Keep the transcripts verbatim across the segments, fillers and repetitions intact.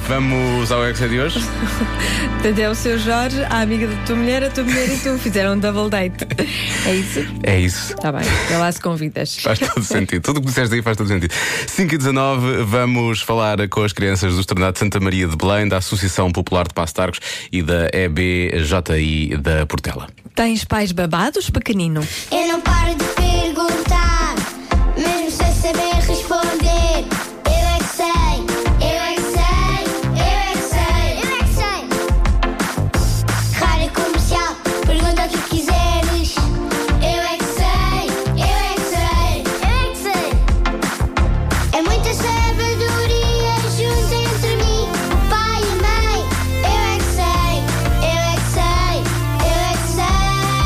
Vamos ao Exa de hoje. Portanto, é o seu Jorge, a amiga da tua mulher, a tua mulher e tu fizeram um double date. É isso? É isso. Está bem, vê lá se convidas. Faz todo sentido. Tudo o que disseste aí faz todo sentido. cinco e dezanove, vamos falar com as crianças do Estrenado de Santa Maria de Belém, da Associação Popular de Passo de Arcos e da E B J I da Portela. Tens pais babados, pequenino? Eu não paro de perguntar, mesmo sem saber responder. Eu é que sei, eu é que sei, eu é que sei, eu é que sei. Rádio Comercial, pergunta o que quiseres. Eu é que sei, eu é que sei, eu é que sei. É muita sabedoria junto entre mim, o pai e a mãe. Eu é que sei, eu é que sei, eu é que sei.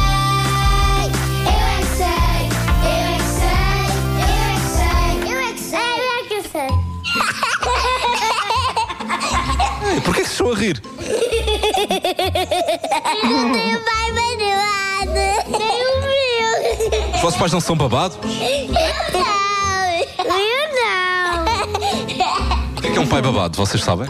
Eu é que sei, eu é que sei, eu é que sei, eu é que sei, eu é que sei. Porquê que se estão a rir? Não tenho pai manuado, nem o meu. Os vossos pais não são babados? Eu não, eu não. O que é que é um pai babado? Vocês sabem?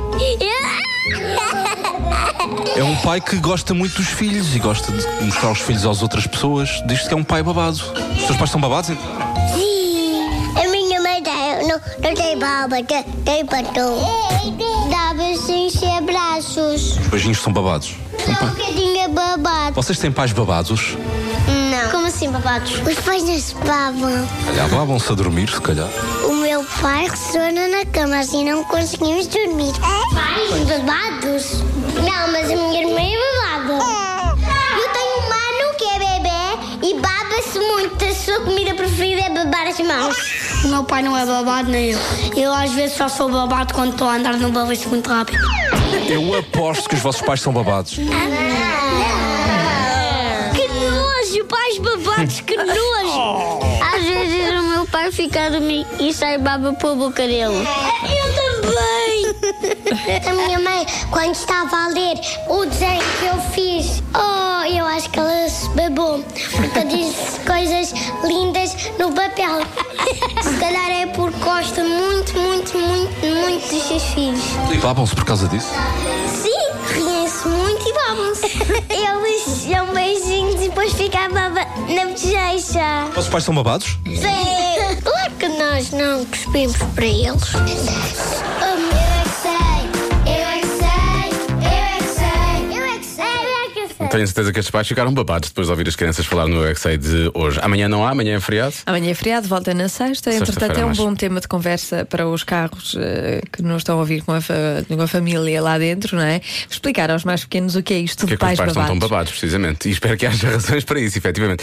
É um pai que gosta muito dos filhos e gosta de mostrar os filhos às outras pessoas. Diz-se que é um pai babado. Os teus pais são babados? Então? Sim, a minha mãe tem, não, não tem baba, tem, tem batom. Dá beijinhos e abraços. Os beijinhos são babados. Só um bocadinho é babado. Vocês têm pais babados? Não. Como assim babados? Os pais não se babam. Calhar babam-se a dormir, se calhar. O meu pai ressona na cama, assim não conseguimos dormir. Pais babados? Não, mas a minha irmã é babada. Eu tenho um mano que é bebê e baba-se muito. A sua comida preferida é babar as mãos. O meu pai não é babado, nem eu. Eu às vezes só sou babado quando estou a andar no baliço muito rápido. Eu aposto que os vossos pais são babados. Que nojo, pais babados, que nojo! Às vezes o meu pai fica a dormir e sai baba pela boca dele. Eu também! A minha mãe, quando estava a ler o desenho que eu fiz, oh, eu acho que ela se babou, porque eu disse coisas lindas no papel. Se calhar é porque gosta muito, muito, muito, muito dos seus filhos. E babam-se por causa disso? Sim, riem-se muito e babam-se. Eles dão beijinhos e depois fica a baba na bochecha. Os vossos pais são babados? Sim. Claro que nós não cuspimos para eles. Eu é que sei, eu é que sei, eu é que sei, eu é que sei, eu é que sei. Tenho certeza que estes pais ficaram babados depois de ouvir as crianças falar no U X A de hoje. Amanhã não há, amanhã é feriado. Amanhã é feriado, volta na sexta. Entretanto, é um bom tema de conversa para os carros uh, que não estão a ouvir com a, fa com a família lá dentro, não é? Explicar aos mais pequenos o que é isto de de pais babados. Porque os pais não estão babados, precisamente. E espero que haja razões para isso, efetivamente.